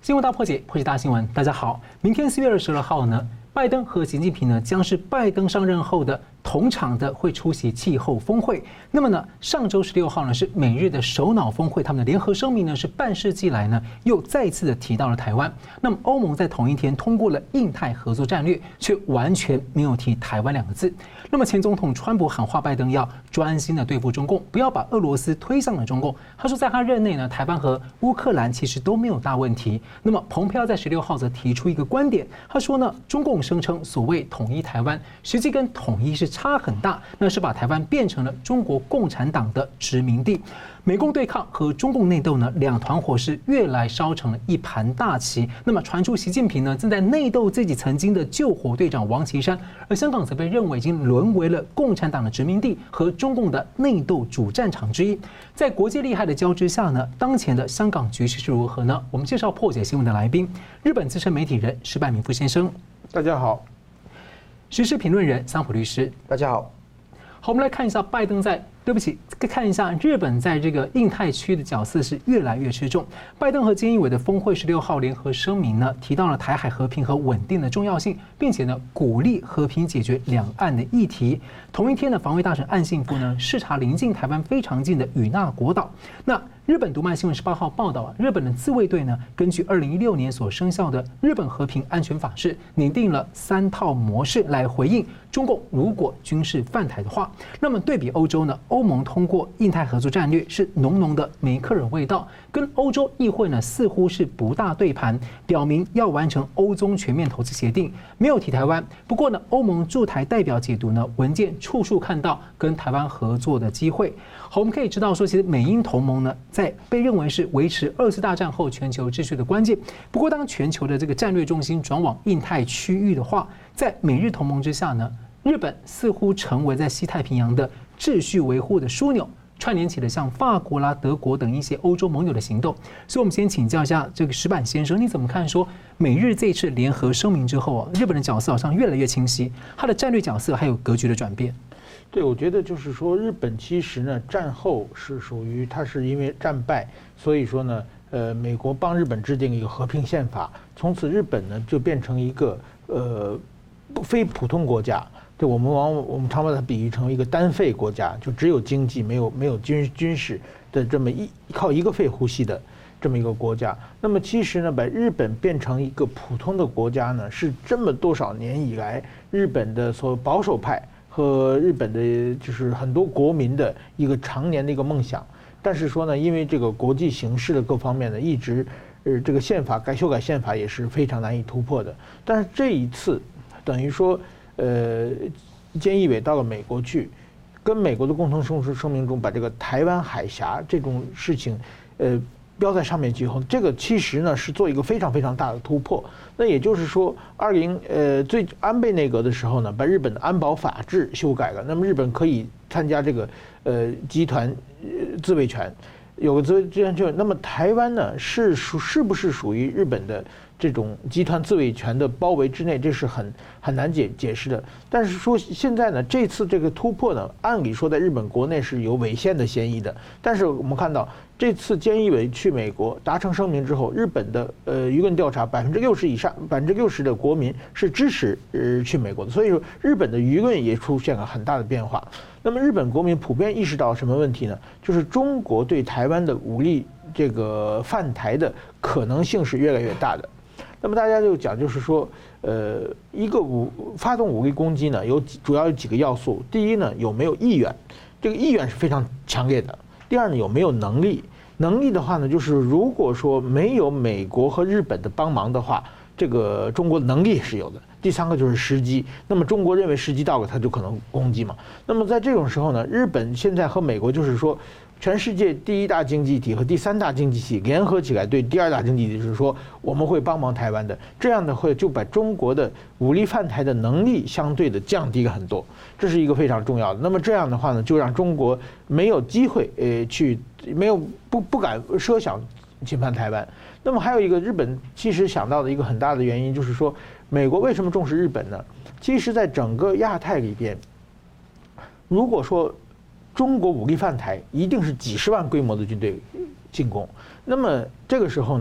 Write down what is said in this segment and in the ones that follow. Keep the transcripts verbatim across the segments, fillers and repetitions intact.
新闻大破解，破解大新闻。大家好，明天四月二十二号呢，拜登和习近平呢将是拜登上任后的同场的会出席气候峰会。那么呢，上周十六号呢是美日的首脑峰会，他们的联合声明呢是半世纪来呢又再次的提到了台湾。那么欧盟在同一天通过了印太合作战略，却完全没有提台湾两个字。那么前总统川普喊话拜登要专心的对付中共，不要把俄罗斯推向了中共。他说在他任内呢，台湾和乌克兰其实都没有大问题。那么蓬佩奥在十六号则提出一个观点，他说呢，中共声称所谓统一台湾，实际跟统一是差很大，那是把台湾变成了中国共产党的殖民地。美共对抗和中共内斗呢，两团火势越来烧成了一盘大棋。那么传出习近平呢正在内斗自己曾经的救火队长王岐山，而香港则被认为已经沦为了共产党的殖民地和中共的内斗主战场之一。在国际利害的交织下呢，当前的香港局势是如何呢？我们介绍破解新闻的来宾，日本资深媒体人石柏明夫先生， 大家好； 时事评论人桑普律师， 大家好。 好，我们来看一下拜登在。对不起，看一下日本在这个印太区的角色是越来越吃重。拜登和菅义伟的峰会十六号联合声明呢，提到了台海和平和稳定的重要性，并且呢鼓励和平解决两岸的议题。同一天呢，防卫大臣岸信夫呢视察临近台湾非常近的与那国岛。那日本读卖新闻十八号报道啊，日本的自卫队呢，根据二零一六年所生效的日本和平安全法制，拟定了三套模式来回应中共如果军事犯台的话。那么对比欧洲呢，欧盟通过印太合作战略是浓浓的梅克尔味道，跟欧洲议会呢似乎是不大对盘，表明要完成欧中全面投资协定，没有提台湾。不过呢，欧盟驻台代表解读呢，文件处处看到跟台湾合作的机会。好，我们可以知道说，其实美英同盟呢，在被认为是维持二次大战后全球秩序的关键。不过，当全球的这个战略重心转往印太区域的话，在美日同盟之下呢，日本似乎成为在西太平洋的秩序维护的枢纽，串联起了像法国啦、德国等一些欧洲盟友的行动。所以，我们先请教一下这个石板先生，你怎么看说美日这一次联合声明之后啊，日本的角色好像越来越清晰，它的战略角色还有格局的转变？ 对，我觉得就是说，日本其实呢，战后是属于它是因为战败，所以说呢，呃，美国帮日本制定一个和平宪法，从此日本呢就变成一个呃非普通国家。对，我们往我们常把它比喻成一个单肺国家，就只有经济没有没有军军事的这么一靠一个肺呼吸的这么一个国家。那么其实呢，把日本变成一个普通的国家呢，是这么多少年以来日本的所谓保守派和日本的就是很多国民的一个常年的一个梦想。但是说呢，因为这个国际形势的各方面呢，一直呃这个宪法改修改宪法也是非常难以突破的。但是这一次等于说。呃，菅义伟到了美国去，跟美国的共同声声明中把这个台湾海峡这种事情，呃，标在上面去后，这个其实呢是做一个非常非常大的突破。那也就是说，二零呃最安倍内阁的时候呢，把日本的安保法制修改了，那么日本可以参加这个呃集团呃自卫权，有个自卫自卫权。那么台湾呢是属是不是属于日本的？这种集团自卫权的包围之内，这是很很难解解释的。但是说现在呢，这次这个突破呢，按理说在日本国内是有违宪的嫌疑的。但是我们看到这次菅义伟去美国达成声明之后，日本的呃舆论调查百分之六十以上，百分之六十的国民是支持呃去美国的。所以说日本的舆论也出现了很大的变化。那么日本国民普遍意识到什么问题呢？就是中国对台湾的武力这个犯台的可能性是越来越大的。那么大家就讲，就是说，呃，一个武发动武力攻击呢，有主要有几个要素。第一呢，有没有意愿，这个意愿是非常强烈的。第二呢，有没有能力？能力的话呢，就是如果说没有美国和日本的帮忙的话，这个中国能力是有的。第三个就是时机。那么中国认为时机到了，它就可能攻击嘛。那么在这种时候呢，日本现在和美国就是说。全世界第一大经济体和第三大经济体联合起来对第二大经济体就是说我们会帮忙台湾的，这样的会就把中国的武力犯台的能力相对的降低了很多，这是一个非常重要的。那么这样的话呢，就让中国没有机会呃去没有不不敢奢想侵犯台湾。那么还有一个日本其实想到的一个很大的原因就是说，美国为什么重视日本呢？其实在整个亚太里边，如果说中国武力犯台，一定是几十万规模的军队进攻。那么这个时候呢，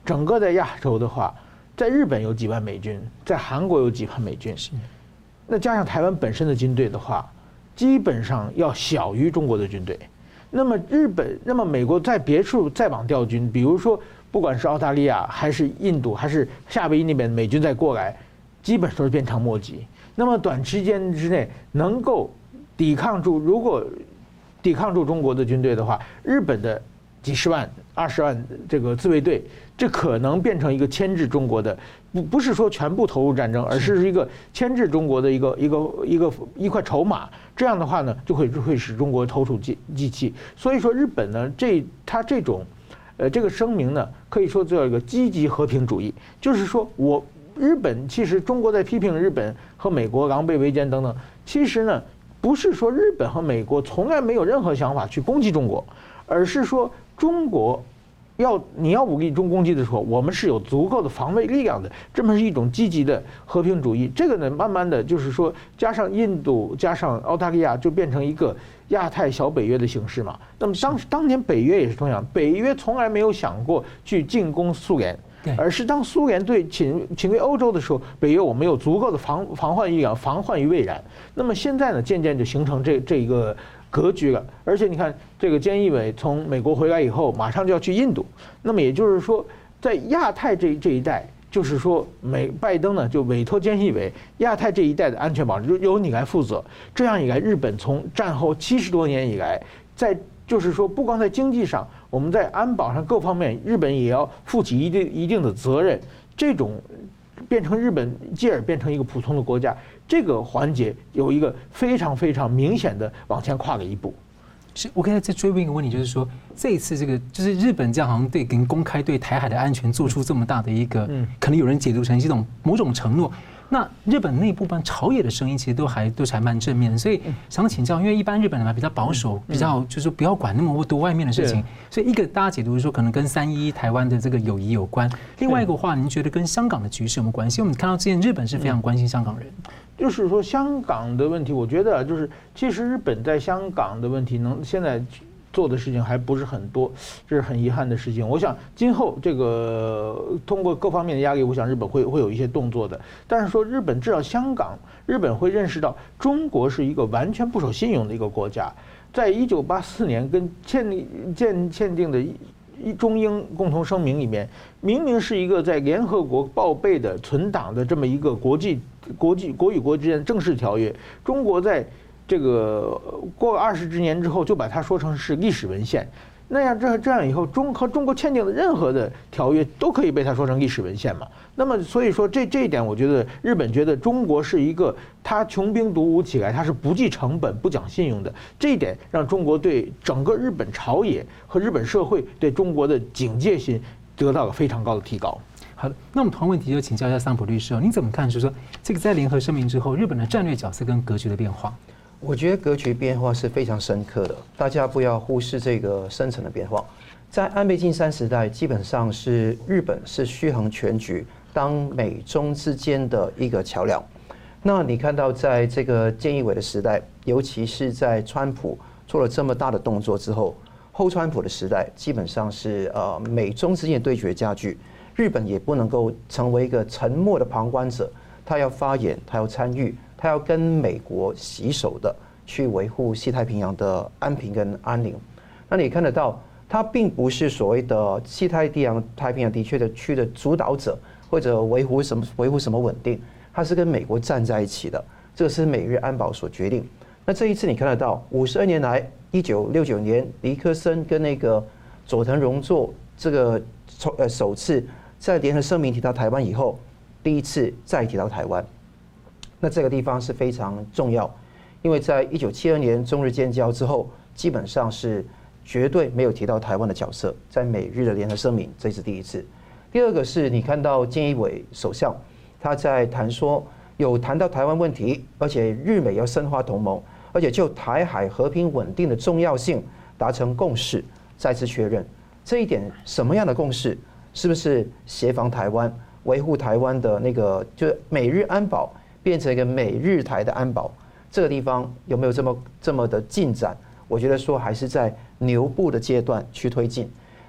整个在亚洲的话，在日本有几万美军，在韩国有几万美军，那加上台湾本身的军队的话，基本上要小于中国的军队。那么日本，那么美国在别处再往调军，比如说不管是澳大利亚还是印度还是夏威夷那边美军再过来，基本都是鞭长莫及。那么短时间之内能够抵抗住，如果抵抗住中国的军队的话，日本的几十万、二十万这个自卫队，这可能变成一个牵制中国的，不不是说全部投入战争，而是一个牵制中国的一个一个一个一块筹码。这样的话呢，就会会使中国投鼠忌器。所以说，日本呢，这他这种，呃，这个声明呢，可以说叫一个积极和平主义，就是说我日本其实中国在批评日本和美国狼狈为奸等等，其实呢，不是说日本和美国从来没有任何想法去攻击中国，而是说中国要你要武力中攻击的时候，我们是有足够的防卫力量的，这么是一种积极的和平主义。这个呢，慢慢的就是说，加上印度，加上澳大利亚，就变成一个亚太小北约的形式嘛。那么当当年北约也是同样，北约从来没有想过去进攻苏联，而是当苏联对侵侵略欧洲的时候，北约我们有足够的防防患力量，防患于未然。那么现在呢，渐渐就形成这这一个格局了。而且你看，这个菅义伟从美国回来以后，马上就要去印度。那么也就是说，在亚太这这一带，就是说美拜登呢就委托菅义伟，亚太这一带的安全保障就由你来负责。这样一来，日本从战后七十多年以来，在就是说不光在经济上，我们在安保上各方面，日本也要负起一定一定的责任。这种变成日本继而变成一个普通的国家，这个环节有一个非常非常明显的往前跨了一步。 是，我刚才再追问一个问题，就是说这一次这个就是日本这样好像对跟公开对台海的安全做出这么大的一个，嗯，可能有人解读成一种某种承诺。那日本内部办朝野的声音其实都还都是还蛮正面的，所以想请教，因为一般日本人嘛比较保守，比较就是不要管那么多外面的事情，所以一个大家解读说可能跟三一台湾的这个友谊有关，另外一个话，您觉得跟香港的局势有没有关系？我们看到之前日本是非常关心香港人， 就是说香港的问题，我觉得就是其实日本在香港的问题能现在做的事情还不是很多，这是很遗憾的事情。我想今后这个通过各方面的压力，我想日本会会有一些动作的。但是说日本至少香港，日本会认识到中国是一个完全不守信用的一个国家。在一九八四年跟签立签签订的中英共同声明里面，明明是一个在联合国报备的存档的这么一个国际国际国与国之间正式条约，中国在这个过了二十之年之后，就把它说成是历史文献。那样这这样以后，中和中国签订的任何的条约都可以被它说成历史文献嘛？那么所以说这这一点，我觉得日本觉得中国是一个它穷兵黩武起来，它是不计成本、不讲信用的。这一点让中国对整个日本朝野和日本社会对中国的警戒心得到了非常高的提高。 好的，那我们同样问题就请教一下桑普律师哦，你怎么看？就是说这个在联合声明之后，日本的战略角色跟格局的变化？ 我觉得格局变化是非常深刻的，大家不要忽视这个深层的变化。在安倍晋三时代，基本上是日本是虚衡全局，当美中之间的一个桥梁。那你看到在这个菅义伟的时代，尤其是在川普做了这么大的动作之后，后川普的时代基本上是呃美中之间的对决加剧，日本也不能够成为一个沉默的旁观者，他要发言，他要参与。他要跟美国携手的去维护西太平洋的安平跟安宁。那你看得到，他并不是所谓的西太平洋太平洋地区的区的主导者，或者维护什么维护什么稳定，他是跟美国站在一起的。这个是美日安保所决定。那这一次你看得到，五十二年来，一九六九年尼克森跟那个佐藤荣作这个呃首次在联合声明提到台湾以后，第一次再提到台湾。那这个地方是非常重要，因为在一九七二年中日建交之后，基本上是绝对没有提到台湾的角色，在美日的联合声明，这是第一次。第二个是你看到菅义伟首相他在谈说有谈到台湾问题，而且日美要深化同盟，而且就台海和平稳定的重要性达成共识，再次确认这一点。什么样的共识？是不是协防台湾、维护台湾的那个就是美日安保？变成一个美日台的安保，这个地方有没有这么这么的进展？我觉得说还是在牛步的阶段去推进。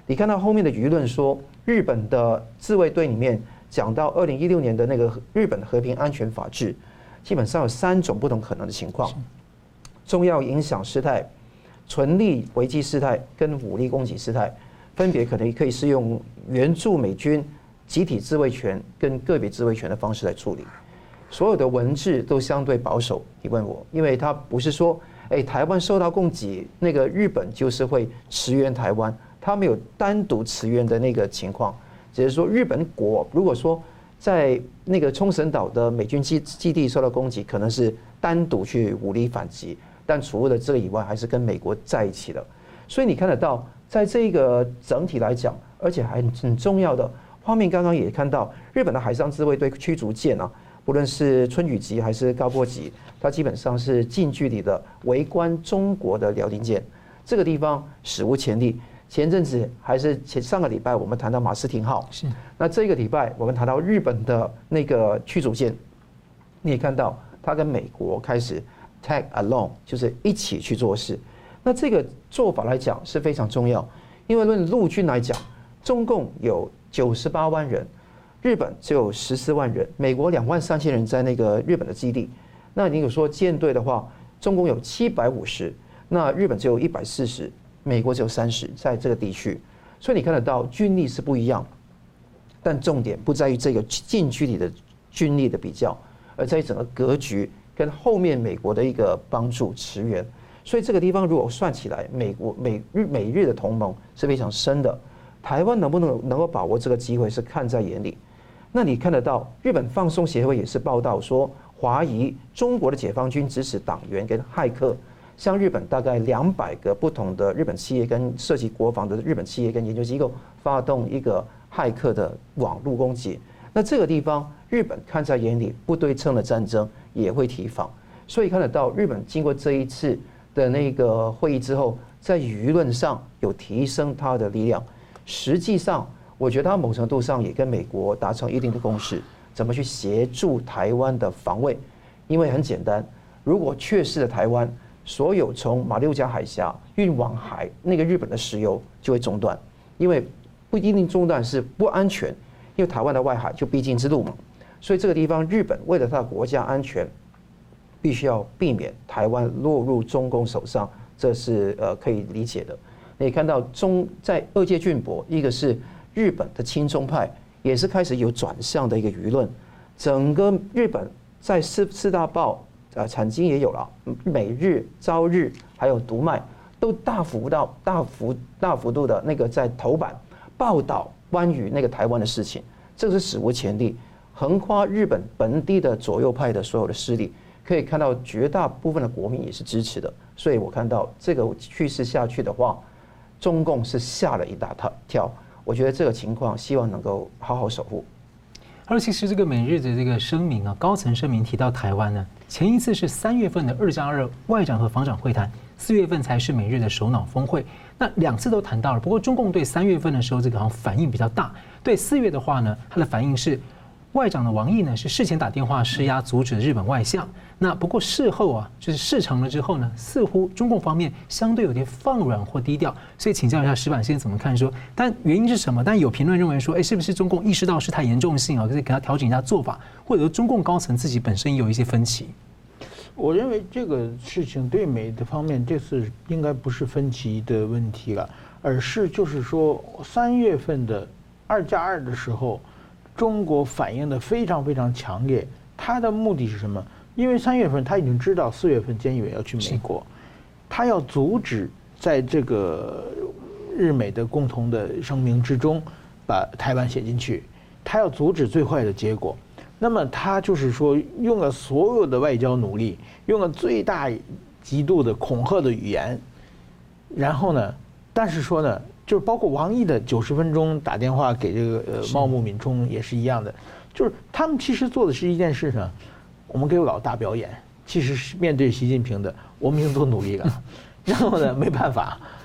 你看到后面的舆论说，日本的自卫队里面讲到二零一六年的那个日本和平安全法制，基本上有三种不同可能的情况：重要影响事态、纯力危机事态跟武力攻击事态，分别可能可以是用援助美军、集体自卫权跟个别自卫权的方式来处理。所有的文字都相对保守，你问我，因为它不是说，哎，台湾受到攻击，那个日本就是会驰援台湾，它没有单独驰援的那个情况，只是说日本国如果说在那个冲绳岛的美军基基地受到攻击，可能是单独去武力反击，但除了这个以外，还是跟美国在一起的。所以你看得到，在这个整体来讲，而且还很重要的画面，刚刚也看到日本的海上自卫队驱逐舰啊。不论是春雨级还是高波级，它基本上是近距离的围观中国的辽宁舰，这个地方史无前例。前阵子还是前上个礼拜，我们谈到马斯廷号，是那这个礼拜我们谈到日本的那个驱逐舰，你也看到它跟美国开始 tag along， 就是一起去做事。那这个做法来讲是非常重要，因为论陆军来讲，中共有九十八万人。日本只有十四万人，美国两万三千人在那个日本的基地。那你有说舰队的话，中共有七百五十，那日本只有一百四十，美国只有三十，在这个地区，所以你看得到军力是不一样，但重点不在于这个近距离的军力的比较，而在于整个格局跟后面美国的一个帮助驰援。所以这个地方如果算起来，美国美日美日的同盟是非常深的。台湾能不能能够把握这个机会是看在眼里。那你看得到，日本放送协会也是报道说，怀疑中国的解放军指使党员跟骇客，向日本大概两百个不同的日本企业跟涉及国防的日本企业跟研究机构发动一个骇客的网络攻击。那这个地方，日本看在眼里，不对称的战争也会提防。所以看得到，日本经过这一次的那个会议之后，在舆论上有提升它的力量。实际上，我觉得它某程度上也跟美国达成一定的共识，怎么去协助台湾的防卫？因为很简单，如果确实的台湾，所有从马六甲海峡运往海那个日本的石油就会中断，因为不一定中断是不安全，因为台湾的外海就必经之路嘛。所以这个地方，日本为了它的国家安全，必须要避免台湾落入中共手上，这是呃可以理解的。你看到中在二阶俊博，一个是日本的亲中派，也是开始有转向的一个舆论。整个日本在四四大报，呃，产经也有了，每日、朝日还有读卖，都大幅到大幅大幅度的那个在头版报道关于那个台湾的事情，这个是史无前例，横跨日本本地的左右派的所有的势力，可以看到绝大部分的国民也是支持的。所以我看到这个趋势下去的话，中共是吓了一大跳。我觉得这个情况，希望能够好好守护。 而其实这个美日的这个声明啊，高层声明提到台湾呢，前一次是三月份的二加二外长和防长会谈，四月份才是美日的首脑峰会。那两次都谈到了，不过中共对三月份的时候这个好像反应比较大，对四月的话呢，他的反应是外长的王毅呢是事前打电话施压阻止日本外相。那不过事后啊，就是事成了之后呢，似乎中共方面相对有点放软或低调。所以请教一下石板先生怎么看说？但原因是什么？但有评论认为说，哎，是不是中共意识到事态严重性啊，可以给他调整一下做法，或者说中共高层自己本身也有一些分歧？ 我认为这个事情对美的方面，这次应该不是分歧的问题了，而是就是说三月份的二加二的时候，中国反应的非常非常强烈。他的目的是什么？因为三月份他已经知道四月份菅义伟要去美国，他要阻止在这个日美的共同的声明之中把台湾写进去，他要阻止最坏的结果。那么他就是说用了所有的外交努力，用了最大极度的恐吓的语言，然后呢，但是说呢，就是包括王毅的九十分钟打电话给这个呃茂木敏充也是一样的，就是他们其实做的是一件事呢，我们给老大表演，其实是面对习近平的，我们已经做努力了，然后呢没办法，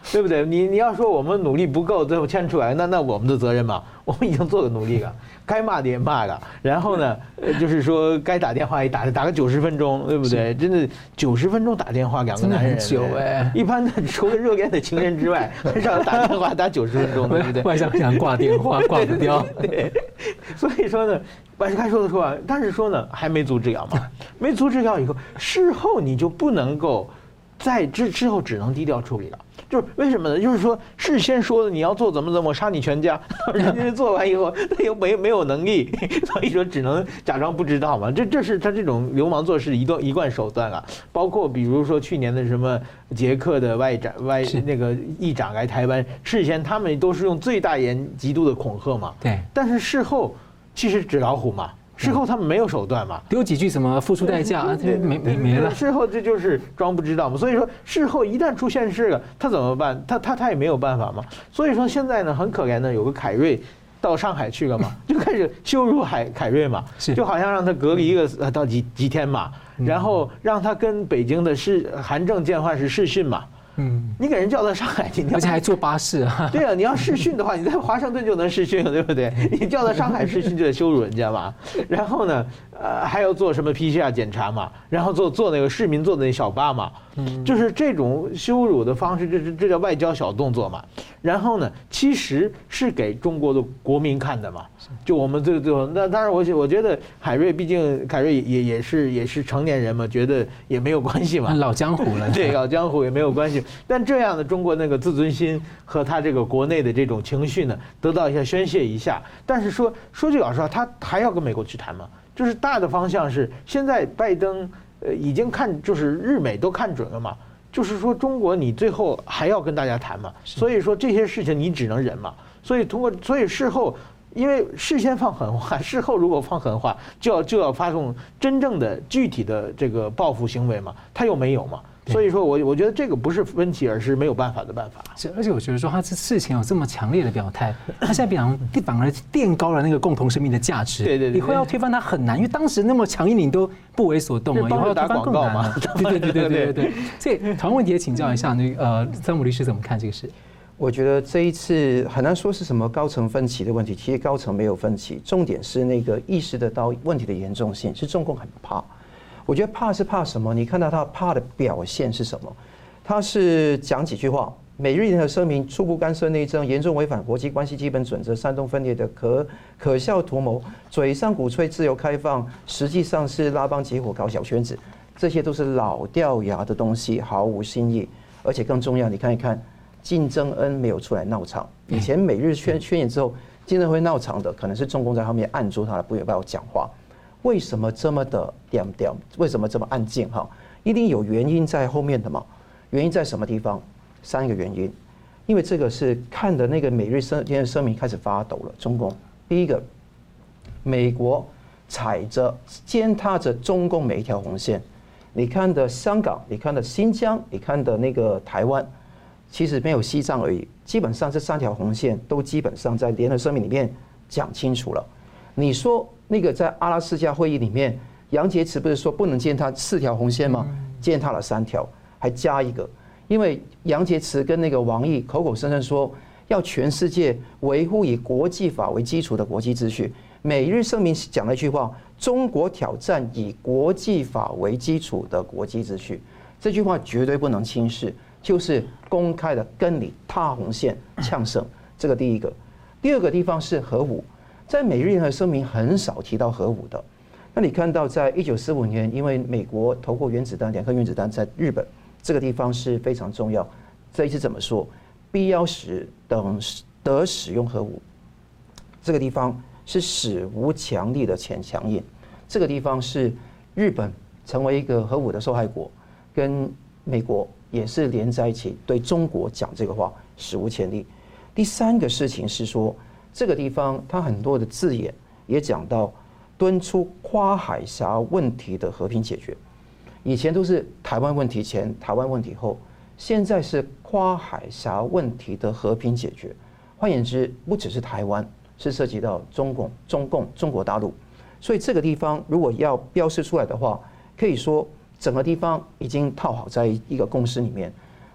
对不对？你你要说我们努力不够，最后牵出来，那那我们的责任嘛，我们已经做了努力了，该骂的也骂了，然后呢，就是说该打电话也打，打个九十分钟，对不对？真的九十分钟打电话，两个男人， 久哎， 一般的除了热恋的情人之外，很少打电话打九十分钟，对不对？ 外想想挂电话挂不掉， 对，所以说呢。把该说的说完，但是说呢，还没足治疗嘛，没足治疗以后，事后你就不能够在之之后只能低调处理了。就是为什么呢？就是说事先说的你要做怎么怎么，我杀你全家，人家做完以后他又没没有能力，所以说只能假装不知道嘛。这这是他这种流氓做事一段一贯手段啊。包括比如说去年的什么捷克的外长外那个议长来台湾，事先他们都是用最大严极度的恐吓嘛。 对， 但是事后。其实纸老虎嘛，事后他们没有手段嘛， 丢几句什么付出代价啊，这没没没了。 事后这就是装不知道嘛，所以说事后一旦出现事了，他怎么办？他他他也没有办法嘛。所以说现在呢，很可怜的有个凯瑞到上海去了嘛，就开始羞辱海凯瑞嘛，就好像让他隔离一个到几几天嘛，然后让他跟北京的视韩正见话时视讯嘛。嗯，你给人叫到上海去， 而且还坐巴士啊。 对啊，你要视讯的话，你在华盛顿就能视讯了，对不对？你叫到上海视讯就得羞辱人家嘛。然后呢，呃，还要做什么 P C R 检查嘛，然后做做那个市民坐的那小巴嘛，就是这种羞辱的方式，这这这叫外交小动作嘛。然后呢，其实是给中国的国民看的嘛。就我们这个最后，那当然我我觉得海瑞，毕竟凯瑞也也是也是成年人嘛，觉得也没有关系嘛， 老江湖了， 对，老江湖也没有关系。但这样的中国那个自尊心和他这个国内的这种情绪呢，得到一下宣泄一下。但是说说句老实话，他还要跟美国去谈嘛，就是大的方向是现在拜登呃已经看，就是日美都看准了嘛。就是说，中国你最后还要跟大家谈嘛，所以说这些事情你只能忍嘛。所以通过，所以事后，因为事先放狠话，事后如果放狠话，就要就要发动真正的具体的这个报复行为嘛，他又没有嘛。所以说我我觉得这个不是分歧，而是没有办法的办法。 是，而且我觉得说他这事情有这么强烈的表态，他现在反而反而垫高了那个共同生命的价值。 对对对， 以后要推翻他很难，因为当时那么强硬，你都不为所动了，以后要推翻更难了。对对对对对对对。所以同样问题也请教一下那个呃詹姆律师怎么看这个事？ 我觉得这一次很难说是什么高层分歧的问题，其实高层没有分歧，重点是那个意识得到问题的严重性，是中共很怕。我觉得怕是怕什么？你看到他怕的表现是什么？他是讲几句话：美日联合声明初步干涉内政，严重违反国际关系基本准则，煽动分裂的可可笑图谋，嘴上鼓吹自由开放，实际上是拉帮结伙搞小圈子，这些都是老掉牙的东西，毫无新意。而且更重要，你看一看，金正恩没有出来闹场。以前美日宣宣言之后，金正恩会闹场的，可能是中共在后面按住他，不要讲话。为什么这么的点点？为什么这么安静？哈，一定有原因在后面的嘛？原因在什么地方？三个原因。因为这个是看的那个美日声联合声明开始发抖了。中共第一个，美国踩着践踏着中共每一条红线。你看的香港，你看的新疆，你看的那个台湾，其实没有西藏而已。基本上这三条红线都基本上在联合声明里面讲清楚了。你说那个在阿拉斯加会议里面，杨洁篪不是说不能践踏四条红线吗？践踏了三条，还加一个，因为杨洁篪跟那个王毅口口声声说要全世界维护以国际法为基础的国际秩序。美日声明讲了一句话：中国挑战以国际法为基础的国际秩序。这句话绝对不能轻视，就是公开的跟你踏红线呛声。这个第一个。第二个地方是核武。在美日联合声明很少提到核武的，那你看到在一九四五年，因为美国投过原子弹，两颗原子弹在日本这个地方是非常重要。这一次怎么说？必要时等得使用核武，这个地方是史无强力的前强硬，这个地方是日本成为一个核武的受害国，跟美国也是连在一起对中国讲这个话，史无前例。第三个事情是说，这个地方它很多的字眼也讲到敦促跨海峡问题的和平解决。以前都是台湾问题前、台湾问题后，现在是跨海峡问题的和平解决。换言之，不只是台湾，是涉及到中共、中共、中国大陆。所以这个地方如果要标示出来的话，可以说整个地方已经套好在一个公式里面。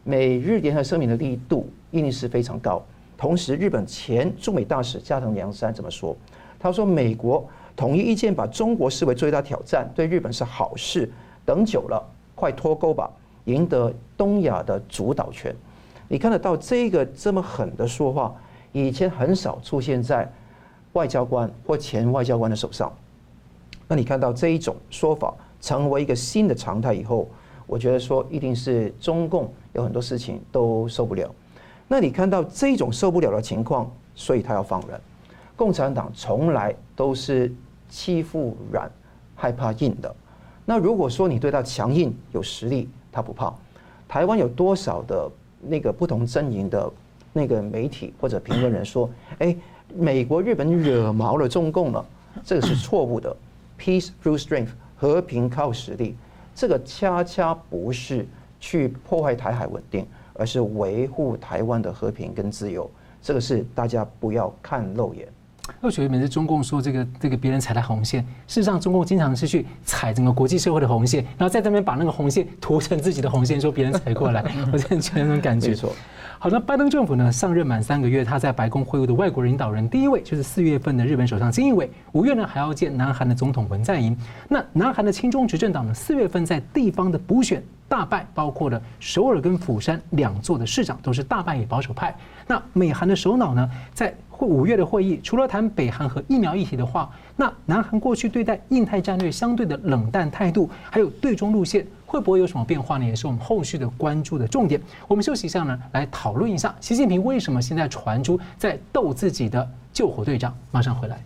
美日联合声明的力度一定是非常高。同时，日本前驻美大使加藤良三怎么说？他说：“美国统一意见把中国视为最大挑战，对日本是好事。等久了，快脱钩吧，赢得东亚的主导权。”你看得到这个这么狠的说话，以前很少出现在外交官或前外交官的手上。那你看到这一种说法成为一个新的常态以后，我觉得说一定是中共有很多事情都受不了。那你看到这种受不了的情况，所以他要放软。共产党从来都是欺负软，害怕硬的。那如果说你对他强硬有实力，他不怕。台湾有多少的那个不同阵营的那个媒体或者评论人说，哎，美国、日本惹毛了中共了，这个是错误的。Peace through strength， 和平靠实力，这个恰恰不是去破坏台海稳定，而是维护台湾的和平跟自由。这个是大家不要看漏眼。 我觉得每次中共说这个这个别人踩在红线，事实上中共经常是去踩整个国际社会的红线，然后在这边把那个红线涂成自己的红线，说别人踩过来，我真的觉得那种感觉。 没错。 好的，拜登政府呢上任满三个月，他在白宫会晤的外国领导人第一位就是四月份的日本首相菅义伟，五月呢还要见南韩的总统文在寅。那南韩的亲中执政党呢，四月份在地方的补选大败，包括了首尔跟釜山两座的市长都是大败给保守派。那美韩的首脑呢，在五月的会议，除了谈北韩和疫苗议题的话，那南韩过去对待印太战略相对的冷淡态度，还有对中路线会不会有什么变化呢？也是我们后续的关注的重点。我们休息一下呢，来讨论一下习近平为什么现在传出在斗自己的救火队长。马上回来。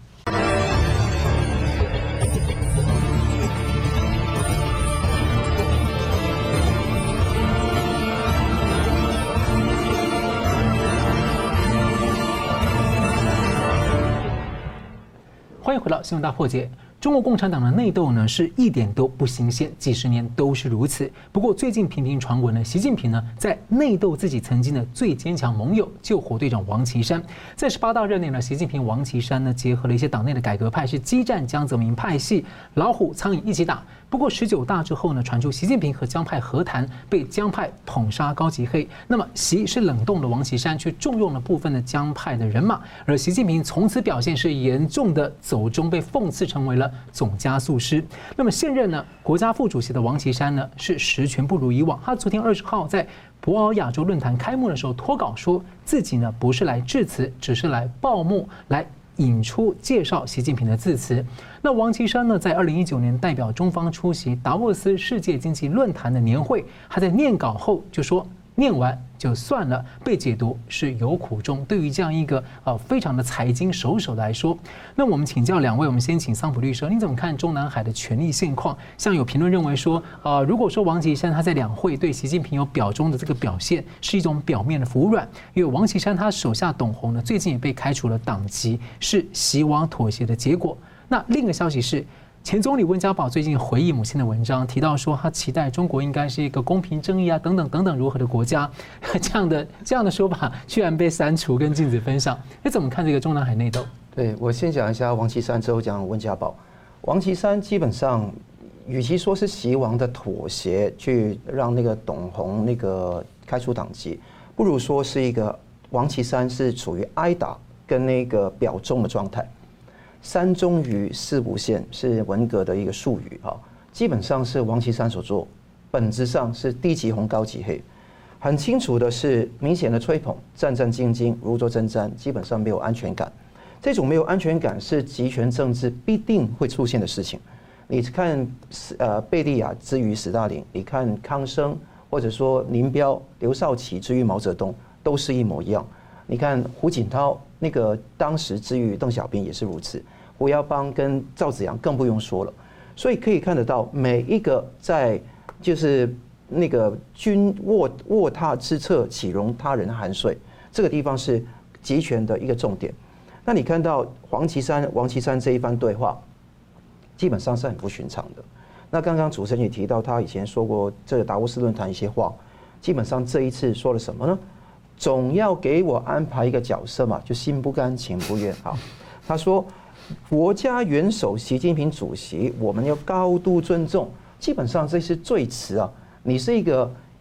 欢迎回到新闻大破解。中国共产党的内斗呢，是一点都不新鲜，几十年都是如此。不过最近频频传闻呢，习近平呢在内斗自己曾经的最坚强盟友救火队长王岐山。在十八大任内呢，习近平、王岐山呢结合了一些党内的改革派，是激战江泽民派系，老虎苍蝇一起打。不过十九大之后呢，传出习近平和江派和谈，被江派捧杀高级黑。那么习是冷冻了王岐山，却重用了部分的江派的人马，而习近平从此表现是严重的走中，被讽刺成为了总加速师。那么现任呢国家副主席的王岐山呢，是实权不如以往。他昨天二十号在博鳌亚洲论坛开幕的时候脱稿说自己呢不是来致辞，只是来报幕，来引出介绍习近平的致辞。那王岐山呢，在二零一九年代表中方出席达沃斯世界经济论坛的年会，他在念稿后就说，念完就算了，被解读是有苦衷。对于这样一个呃非常的财经首手来说，那我们请教两位，我们先请桑普律师，你怎么看中南海的权力现况？像有评论认为说，呃，如果说王岐山他在两会对习近平有表忠的这个表现，是一种表面的服软，因为王岐山他手下董宏呢，最近也被开除了党籍，是习王妥协的结果。那另一个消息是，前总理温家宝最近回忆母亲的文章，提到说他期待中国应该是一个公平正义啊等等等等如何的国家，这样的这样的说法居然被删除跟禁止分享，你怎么看这个中南海内斗？ 对，我先讲一下王岐山，之后讲温家宝。王岐山基本上，与其说是习王的妥协，去让那个董宏那个开除党籍，不如说是一个王岐山是处于挨打跟那个表忠的状态。三忠于四不限是文革的一个术语啊，基本上是王岐山所做，本质上是低级红高级黑。很清楚的是，明显的吹捧，战战兢兢，如坐针毡，基本上没有安全感。这种没有安全感是集权政治必定会出现的事情。你看，呃，贝利亚之于史大林，你看康生，或者说林彪、刘少奇之于毛泽东，都是一模一样。你看胡锦涛那个当时之于邓小平也是如此，胡耀邦跟赵紫阳更不用说了。所以可以看得到，每一个在就是那个君卧卧榻之侧，岂容他人酣睡，这个地方是集权的一个重点。那你看到王岐山王岐山这一番对话，基本上是很不寻常的。那刚刚主持人也提到，他以前说过这个达沃斯论坛一些话，基本上这一次说了什么呢？总要给我安排一个角色嘛，就心不甘情不愿。好，他说国家元首习近平主席，我们要高度尊重。基本上这是最词啊，你是一个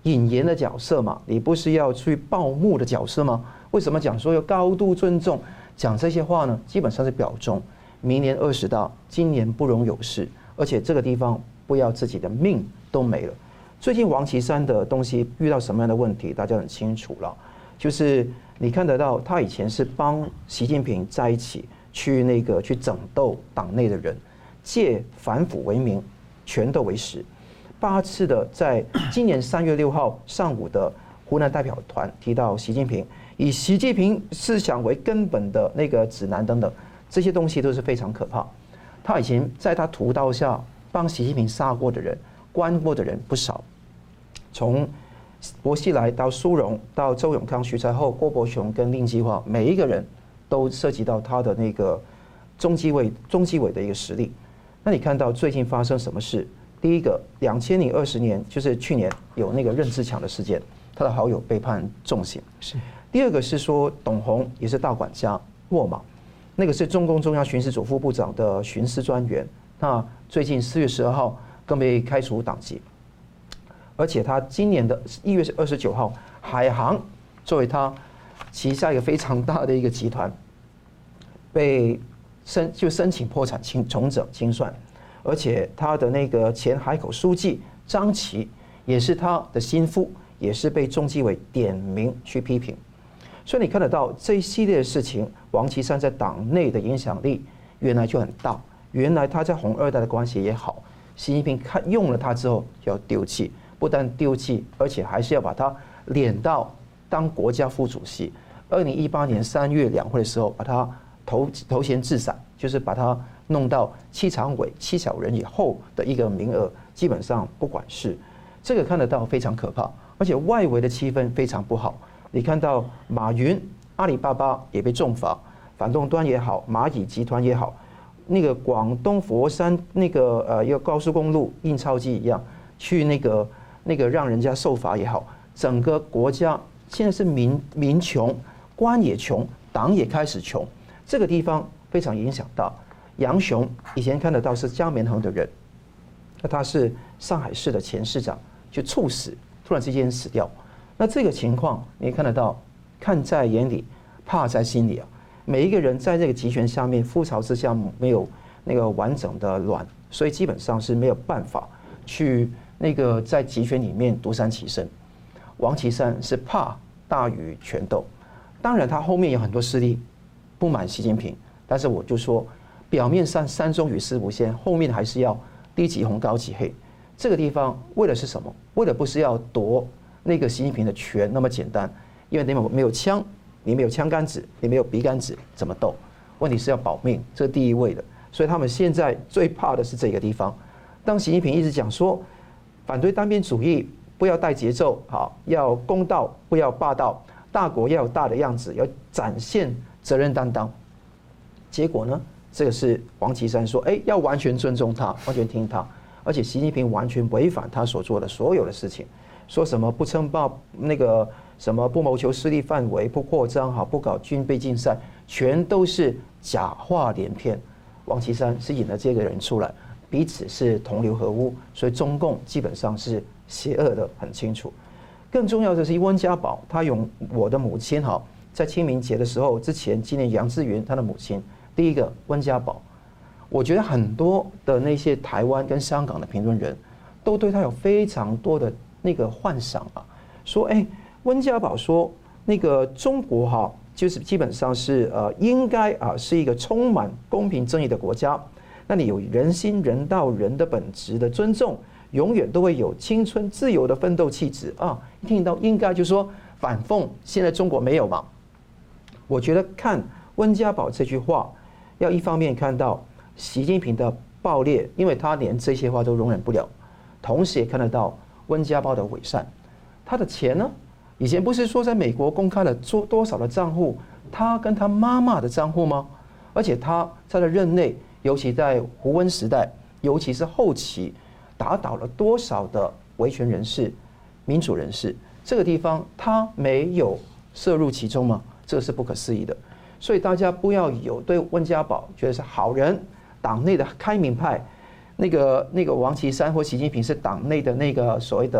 引言的角色嘛，你不是要去报幕的角色吗？为什么讲说要高度尊重，讲这些话呢？基本上是表忠，明年二十大，今年不容有事，而且这个地方不要自己的命都没了。最近王岐山的东西遇到什么样的问题，大家很清楚了，就是你看得到，他以前是帮习近平在一起去那个去整斗党内的人，借反腐为名，权斗为实。八次的在今年三月六号上午的湖南代表团提到习近平，以习近平思想为根本的那个指南等等，这些东西都是非常可怕。他以前在他屠刀下帮习近平杀过的人、关过的人不少，从薄熙来到苏荣到周永康、徐才厚、郭伯雄跟令计划，每一个人都涉及到他的那个中纪委、中纪委的一个实力。那你看到最近发生什么事？第一个，两千零二十年就是去年有那个任志强的事件，他的好友被判重刑。 是。 第二个是说董宏也是大管家握马，那个是中共中央巡视组副部长的巡视专员，那最近四月十二号更被开除党籍，而且他今年的一月二十九号，海航作为他旗下一个非常大的一个集团，被申就申请破产清重整清算。而且他的那个前海口书记张琦也是他的心腹，也是被中纪委点名去批评。所以你看得到这一系列的事情，王岐山在党内的影响力原来就很大。原来他在红二代的关系也好，习近平看用了他之后就要丢弃，不但丢弃，而且还是要把他敛到当国家副主席。二零一八年三月两会的时候，把他头头衔置散，就是把他弄到七常委、七小人以后的一个名额，基本上不管事，这个看得到非常可怕，而且外围的气氛非常不好。你看到马云、阿里巴巴也被重罚，反动端也好，蚂蚁集团也好，那个广东佛山那个呃一个高速公路印钞机一样，去那个那个让人家受罚也好，整个国家现在是民民穷，官也穷，党也开始穷，这个地方非常影响到。杨雄以前看得到是江绵恒的人，那他是上海市的前市长，就猝死，突然之间死掉。那这个情况你看得到，看在眼里，怕在心里啊。每一个人在这个集权下面，覆巢之下没有那个完整的卵，所以基本上是没有办法去那个在集权里面独善其身。王岐山是怕大于权斗，当然他后面有很多势力不满习近平，但是我就说。表面上山中与世无嫌，后面还是要低级红高级黑。这个地方为的是什么？为的不是要夺那个习近平的权那么简单，因为你没有枪，你没有枪杆子，你没有笔杆子，怎么斗？问题是要保命，这是第一位的。所以他们现在最怕的是这个地方。当习近平一直讲说反对单边主义，不要带节奏，好，要公道，不要霸道，大国要有大的样子，要展现责任担当。结果呢？这个是王岐山说，哎，要完全尊重他，完全听他，而且习近平完全违反他所做的所有的事情，说什么不称霸那个什么不谋求势力范围，不扩张好，不搞军备竞赛，全都是假话连篇。王岐山是引了这个人出来，彼此是同流合污，所以中共基本上是邪恶的很清楚。更重要的是温家宝，他用我的母亲哈，在清明节的时候之前纪念杨志云他的母亲。第一个温家宝，我觉得很多的那些台湾跟香港的评论人都对他有非常多的那个幻想啊，说哎，温家宝说那个中国哈，就是基本上是呃应该啊是一个充满公平正义的国家，那你有人心人道人的本质的尊重，永远都会有青春自由的奋斗气质啊。一听到应该就说反讽，现在中国没有嘛？我觉得看温家宝这句话。要一方面看到习近平的暴烈，因为他连这些话都容忍不了，同时也看得到温家宝的伪善。他的钱呢，以前不是说在美国公开了多多少的账户，他跟他妈妈的账户吗？而且他在他的任内，尤其在胡温时代，尤其是后期，打倒了多少的维权人士、民主人士，这个地方他没有涉入其中吗？这个是不可思议的。所以大家不要有对温家宝觉得是好人，党内的开明派，那个那个王岐山或习近平是党内的那个所谓的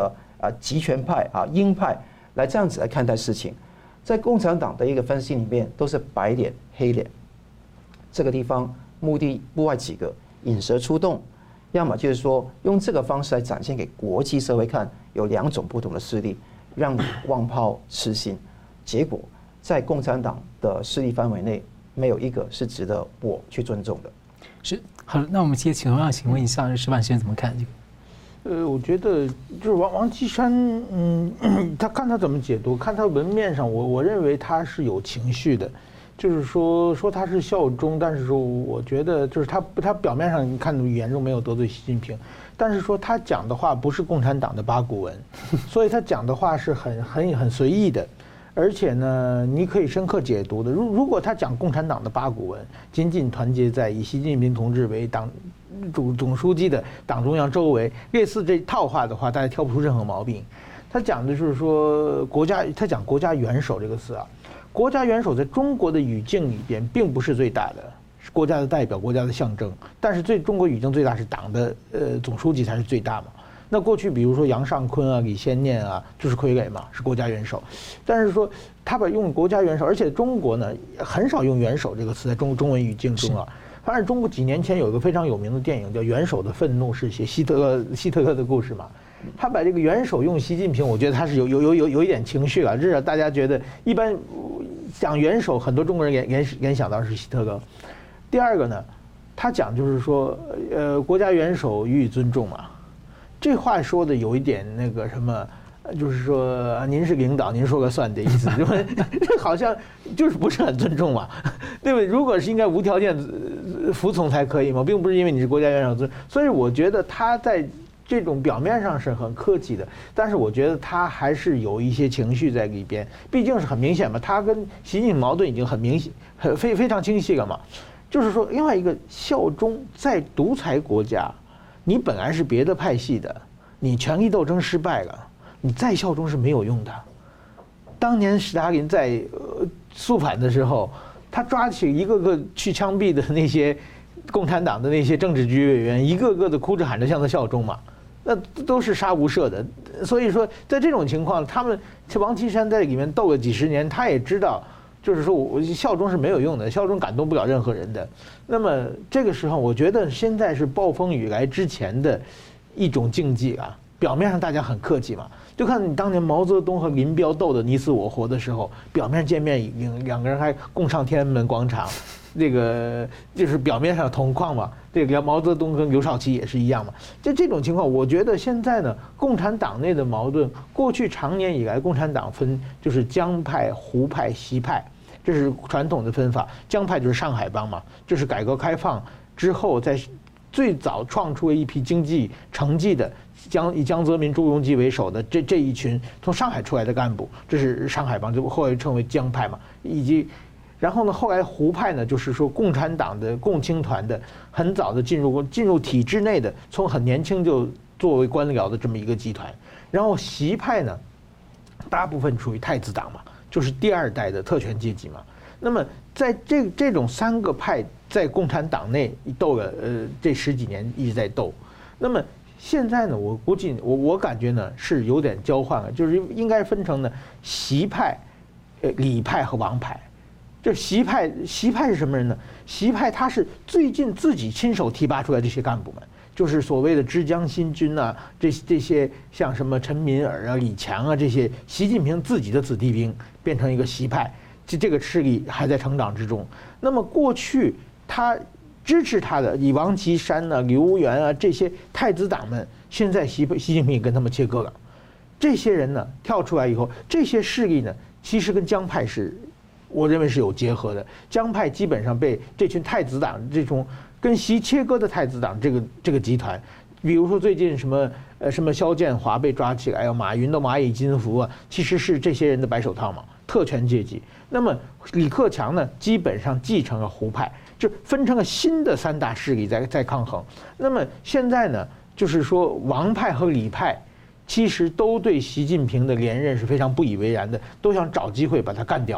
啊集权派啊鹰派来这样子来看待事情。在共产党的一个分析里面，都是白脸黑脸。这个地方目的不外几个：引蛇出洞，要么就是说用这个方式来展现给国际社会看，有两种不同的势力，让你望炮痴心。结果在共产党的势力范围内，没有一个是值得我去尊重的。 是好了，那我们接请同样请问一下石板先生怎么看这个？ 呃，我觉得就是王王岐山，嗯，他看他怎么解读，看他文面上，我我认为他是有情绪的，就是说说他是效忠，但是说我觉得就是他他表面上你看语言中没有得罪习近平，但是说他讲的话不是共产党的八股文，所以他讲的话是很很很随意的。而且呢，你可以深刻解读的。如如果他讲共产党的八股文，紧紧团结在以习近平同志为党主总书记的党中央周围，类似这套话的话，大家挑不出任何毛病。他讲的就是说国家，他讲国家元首这个词啊，国家元首在中国的语境里边并不是最大的，是国家的代表，国家的象征。但是最中国语境最大是党的呃总书记才是最大嘛。那过去比如说杨尚昆啊、李先念啊，就是傀儡嘛，是国家元首。但是说他把用国家元首，而且中国呢很少用元首这个词在中中文语境中啊。反正中国几年前有一个非常有名的电影叫《元首的愤怒》，是写希特勒希特勒的故事嘛。他把这个元首用习近平，我觉得他是有有有有有一点情绪了，至少大家觉得一般讲元首，很多中国人联联联想到是希特勒。第二个呢，他讲就是说，呃，国家元首予以尊重嘛。这话说的有一点那个什么，就是说您是领导，您说了算的意思，这好像就是不是很尊重嘛，对不对？如果是应该无条件服从才可以嘛，并不是因为你是国家元首尊。所以我觉得他在这种表面上是很客气的，但是我觉得他还是有一些情绪在里边，毕竟是很明显嘛，他跟习近平矛盾已经很明显、很非非常清晰了嘛。就是说，另外一个效忠在独裁国家。你本来是别的派系的，你权力斗争失败了，你再效忠是没有用的。当年斯大林在呃肃反的时候，他抓起一个个去枪毙的那些共产党的那些政治局委员，一个个的哭着喊着向他效忠嘛，那都是杀无赦的。所以说，在这种情况，他们王岐山在里面斗了几十年，他也知道。就是说我效忠是没有用的，效忠感动不了任何人的。那么这个时候，我觉得现在是暴风雨来之前的一种境界啊。表面上大家很客气嘛，就看你当年毛泽东和林彪斗得你死我活的时候，表面见面两两个人还共上天安门广场，这个就是表面上同框嘛。这个毛泽东跟刘少奇也是一样嘛。就这种情况，我觉得现在呢，共产党内的矛盾，过去长年以来，共产党分就是江派、胡派、习派。这是传统的分法，江派就是上海帮嘛，这是改革开放之后在最早创出了一批经济成绩的江以江泽民、朱镕基为首的这这一群从上海出来的干部，这是上海帮，就后来称为江派嘛。以及然后呢，后来胡派呢，就是说共产党的共青团的很早的进入进入体制内的，从很年轻就作为官僚的这么一个集团。然后习派呢，大部分属于太子党嘛。就是第二代的特权阶级嘛。那么在这这种三个派在共产党内斗了呃这十几年一直在斗。那么现在呢，我估计我我感觉呢是有点交换了，就是应该分成呢习派、呃李派和王派。这习派习派是什么人呢？习派他是最近自己亲手提拔出来这些干部们。就是所谓的枝江新军啊，这这些像什么陈敏尔啊、李强啊这些习近平自己的子弟兵，变成一个习派，这这个势力还在成长之中。那么过去他支持他的以王岐山啊、刘源啊这些太子党们，现在习习近平也跟他们切割了。这些人呢跳出来以后，这些势力呢其实跟江派是，我认为是有结合的。江派基本上被这群太子党这种。跟习切割的太子党这个这个集团，比如说最近什么呃什么肖建华被抓起来，马云的蚂蚁金服啊，其实是这些人的白手套嘛，特权阶级。那么李克强呢，基本上继承了胡派，就分成了新的三大势力在在抗衡。那么现在呢，就是说王派和李派，其实都对习近平的连任是非常不以为然的，都想找机会把他干掉。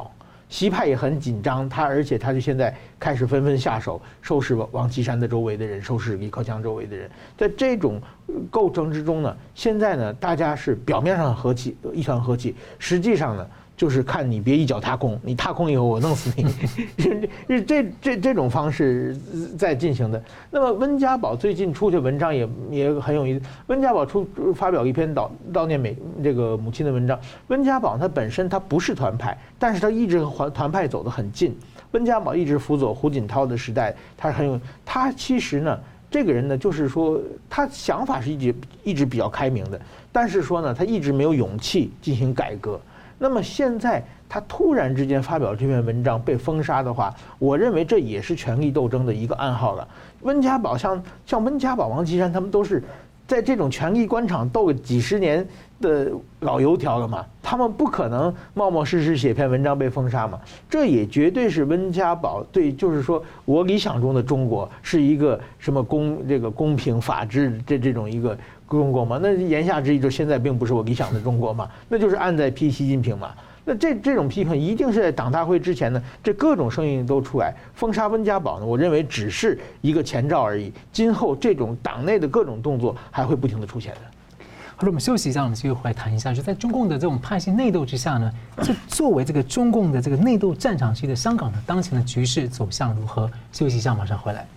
西派也很紧张，他而且他就现在开始纷纷下手收拾王岐山的周围的人，收拾李克强周围的人。在这种构成之中呢，现在呢，大家是表面上和气，一团和气，实际上呢，就是看你别一脚踏空，你踏空以后我弄死你，是这这这种方式在进行的。那么温家宝最近出的文章也也很有意思。温家宝出发表一篇悼悼念美这个母亲的文章。温家宝他本身他不是团派，但是他一直和团派走得很近。温家宝一直辅佐胡锦涛的时代，他很有他其实呢。这个人呢，就是说，他想法是一直一直比较开明的，但是说呢，他一直没有勇气进行改革。那么现在他突然之间发表这篇文章被封杀的话，我认为这也是权力斗争的一个暗号了。温家宝像像温家宝、王岐山他们都是在这种权力官场斗个几十年的老油条了嘛，他们不可能冒冒失失写篇文章被封杀嘛。这也绝对是温家宝对，就是说我理想中的中国是一个什么公这个公平法治这这种一个中国嘛？那言下之意就现在并不是我理想的中国嘛，那就是暗在批习近平嘛。那这这种批评一定是在党大会之前呢，这各种声音都出来。封杀温家宝呢，我认为只是一个前兆而已，今后这种党内的各种动作还会不停的出现的。 好了，我们休息一下，我们继续回来谈一下，就在中共的这种派系内斗之下呢，就作为这个中共的这个内斗战场区的香港的当前的局势走向如何？休息一下，马上回来。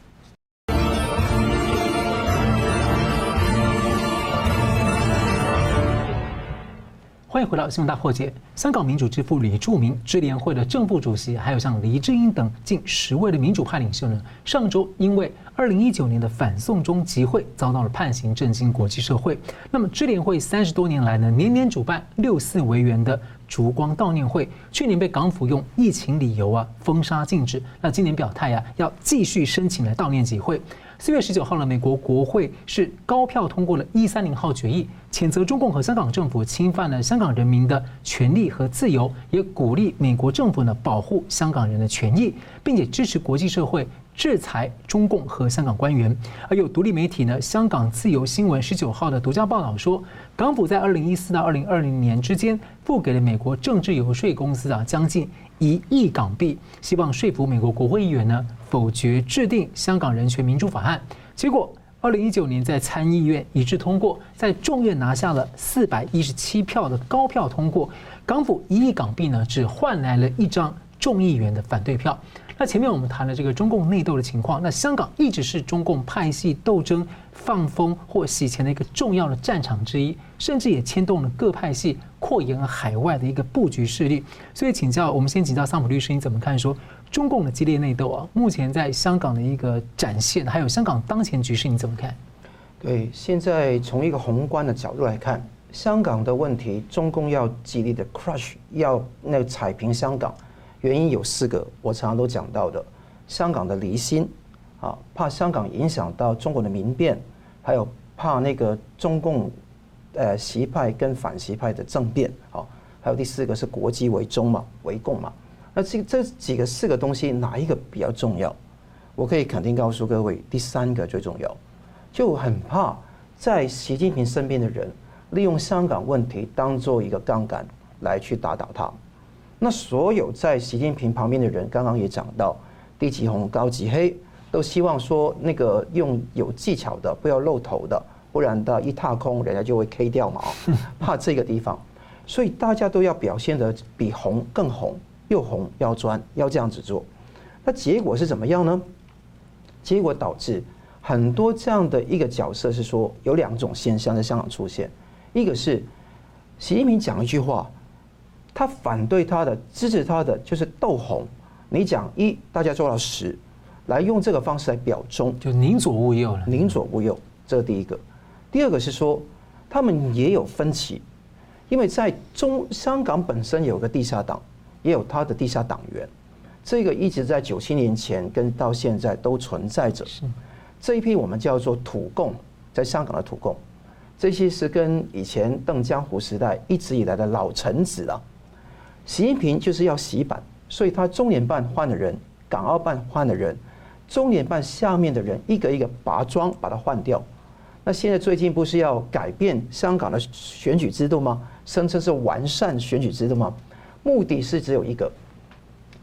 欢迎回到新闻大破解。香港民主之父李柱铭、支联会的正副主席，还有像黎智英等近十位的民主派领袖呢，上周因为二零一九年的反送中集会遭到了判刑，震惊国际社会。那么支联会三十多年来呢，年年主办六四维园的烛光悼念会，去年被港府用疫情理由啊封杀禁止。那今年表态啊，要继续申请来悼念集会。四月十九号呢，美国国会是高票通过了一三零号决议，谴责中共和香港政府侵犯了香港人民的权利和自由，也鼓励美国政府呢保护香港人的权益，并且支持国际社会制裁中共和香港官员。而有独立媒体呢，香港自由新闻十九号的独家报道说，港府在二零一四到二零二零年之间付给了美国政治游说公司啊将近一亿港币，希望说服美国国会议员呢否决制定香港人权民主法案。结果二零一九年在参议院一致通过，在众院拿下了四百一十七票的高票通过，港府一亿港币呢只换来了一张众议员的反对票。那前面我们谈了这个中共内斗的情况，那香港一直是中共派系斗争放风或洗钱的一个重要的战场之一，甚至也牵动了各派系扩延海外的一个布局势力。所以请教我们先请教桑普律师，你怎么看说中共的激烈内斗啊，目前在香港的一个展现，还有香港当前局势，你怎么看？ 对，现在从一个宏观的角度来看，香港的问题，中共要极力的 crush， 要那个踩平香港。原因有四个，我常常都讲到的：香港的离心啊，怕香港影响到中国的民变，还有怕那个中共呃习派跟反习派的政变啊，还有第四个是国际围中嘛，围共嘛。那这这几个四个东西哪一个比较重要？我可以肯定告诉各位，第三个最重要，就很怕在习近平身边的人利用香港问题当做一个杠杆来去打倒他。那所有在习近平旁边的人，刚刚也讲到，低级红、高级黑，都希望说那个用有技巧的，不要露头的，不然的一踏空，人家就会 K 掉嘛。怕这个地方，所以大家都要表现得比红更红，又红要专，要这样子做。那结果是怎么样呢？结果导致很多这样的一个角色是说，有两种现象在香港出现，一个是习近平讲一句话。他反对他的、支持他的就是斗红，你讲一，大家做到十，来用这个方式来表忠， 就宁左勿右了。 宁左勿右，这是第一个。第二个是说，他们也有分歧，因为在中香港本身有个地下党，也有他的地下党员，这个一直在九七年前跟到现在都存在着。这一批我们叫做土共，在香港的土共，这些是跟以前邓江湖时代一直以来的老臣子了。习近平就是要洗版，所以他中联办换了人，港澳办换了人，中联办下面的人一个一个拔桩把它换掉。那现在最近不是要改变香港的选举制度吗？声称是完善选举制度吗？目的是只有一个，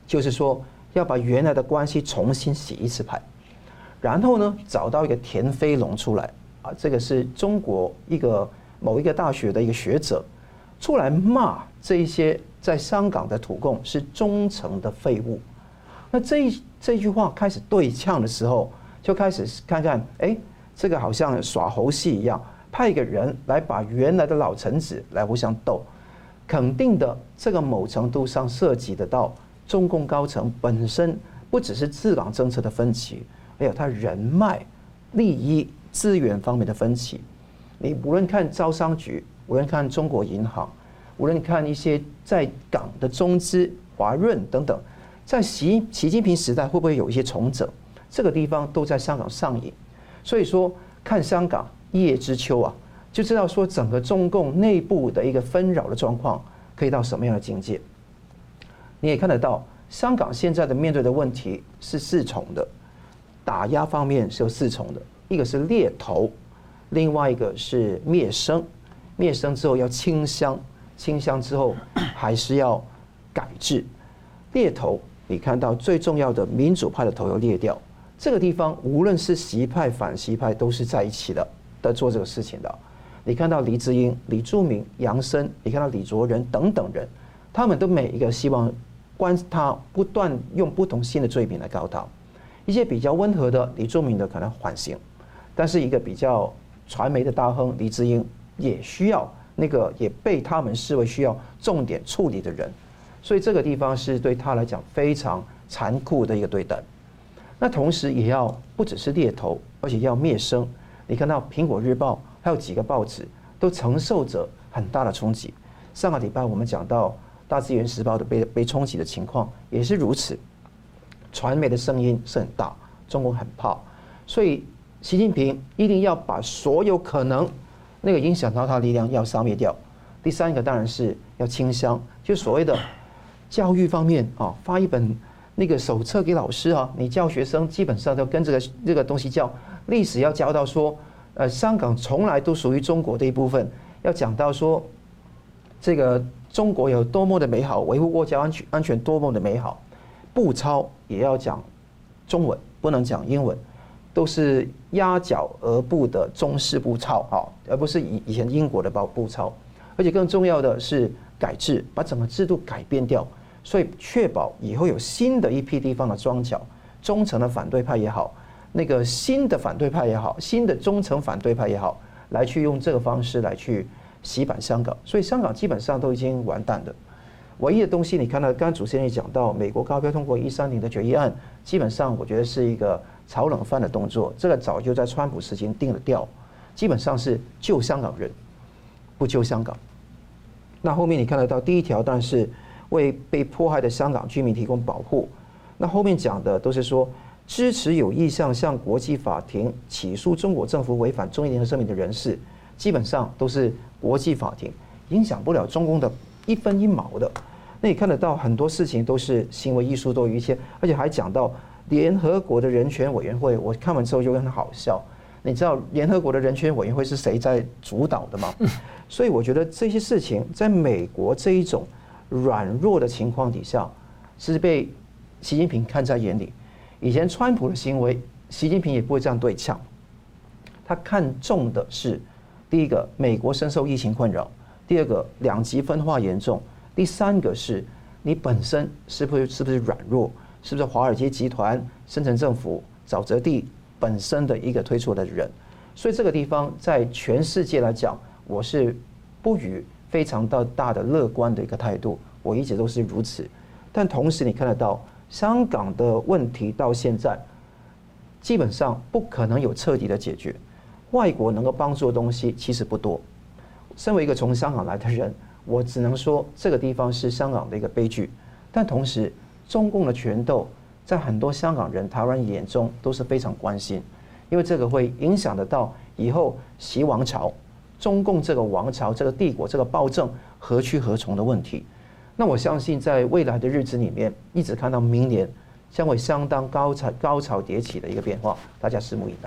就是说要把原来的关系重新洗一次牌，然后呢找到一个田飞龙出来啊，这个是中国一个某一个大学的一个学者出来骂这一些在香港的土共是忠诚的废物。那这一这句话开始对呛的时候，就开始看看，哎，这个好像耍猴戏一样，派一个人来把原来的老臣子来互相斗。肯定的，这个某程度上涉及得到中共高层本身不只是治港政策的分歧，还有他人脉、利益、资源方面的分歧。你无论看招商局，无论看中国银行，无论看一些在港的中资、华润等等，在习习近平时代会不会有一些重整？这个地方都在香港上演。所以说，看香港一叶知秋啊。就知道说整个中共内部的一个纷扰的状况可以到什么样的境界。你也看得到，香港现在的面对的问题是四重的，打压方面是有四重的，一个是猎头，另外一个是灭生，灭生之后要清乡，清乡之后还是要改制。猎头，你看到最重要的民主派的头要裂掉，这个地方无论是习派反习派都是在一起的，在做这个事情的。你看到黎智英、李柱铭、杨森，你看到李卓人等等人，他们都每一个希望关他不断用不同新的罪名来告他。一些比较温和的李柱铭的可能缓刑，但是一个比较传媒的大亨黎智英也需要那个也被他们视为需要重点处理的人，所以这个地方是对他来讲非常残酷的一个对待。那同时也要不只是猎头，而且要灭生。你看到《苹果日报》。还有几个报纸都承受着很大的冲击。上个礼拜我们讲到《大资源时报》的被被冲击的情况也是如此，传媒的声音是很大，中国很怕，所以习近平一定要把所有可能那个影响到他的力量要消灭掉。第三个当然是要清乡，就所谓的教育方面啊，发一本那个手册给老师啊，你教学生基本上都跟这个这个东西教，历史要教到说。呃，香港从来都属于中国的一部分，要讲到说，这个中国有多么的美好，维护国家安全安全多么的美好，步操也要讲中文，不能讲英文，都是压脚而步的中式步操啊，而不是以以前英国的步步操。而且更重要的是改制，把整个制度改变掉，所以确保以后有新的一批地方的庄脚，忠诚的反对派也好。那个新的反对派也好，新的忠诚反对派也好，来去用这个方式来去洗版香港，所以香港基本上都已经完蛋了。唯一的东西，你看到刚刚主持人也讲到，美国高票通过一三零的决议案，基本上我觉得是一个炒冷饭的动作，这个早就在川普时期定了调，基本上是救香港人，不救香港。那后面你看得到第一条，当然是为被迫害的香港居民提供保护。那后面讲的都是说。支持有意向向国际法庭起诉中国政府违反中英联合声明的人士，基本上都是国际法庭，影响不了中共的一分一毛的。那你看得到很多事情都是行为艺术多于一切，而且还讲到联合国的人权委员会，我看完之后就很好笑。你知道联合国的人权委员会是谁在主导的吗？所以我觉得这些事情在美国这一种软弱的情况底下，是被习近平看在眼里。以前川普的行为，习近平也不会这样对呛。他看重的是，第一个，美国深受疫情困扰；第二个，两极分化严重；第三个是，你本身是不是是不是软弱，是不是华尔街集团、深圳政府、沼泽地本身的一个推出的人。所以这个地方在全世界来讲，我是不予非常大的乐观的一个态度，我一直都是如此。但同时你看得到。香港的问题到现在基本上不可能有彻底的解决，外国能够帮助的东西其实不多。身为一个从香港来的人，我只能说这个地方是香港的一个悲剧。但同时，中共的权斗在很多香港人、台湾人眼中都是非常关心，因为这个会影响得到以后习王朝、中共这个王朝、这个帝国、这个暴政何去何从的问题。那我相信，在未来的日子里面，一直看到明年将会相当高潮高潮迭起的一个变化，大家拭目以待。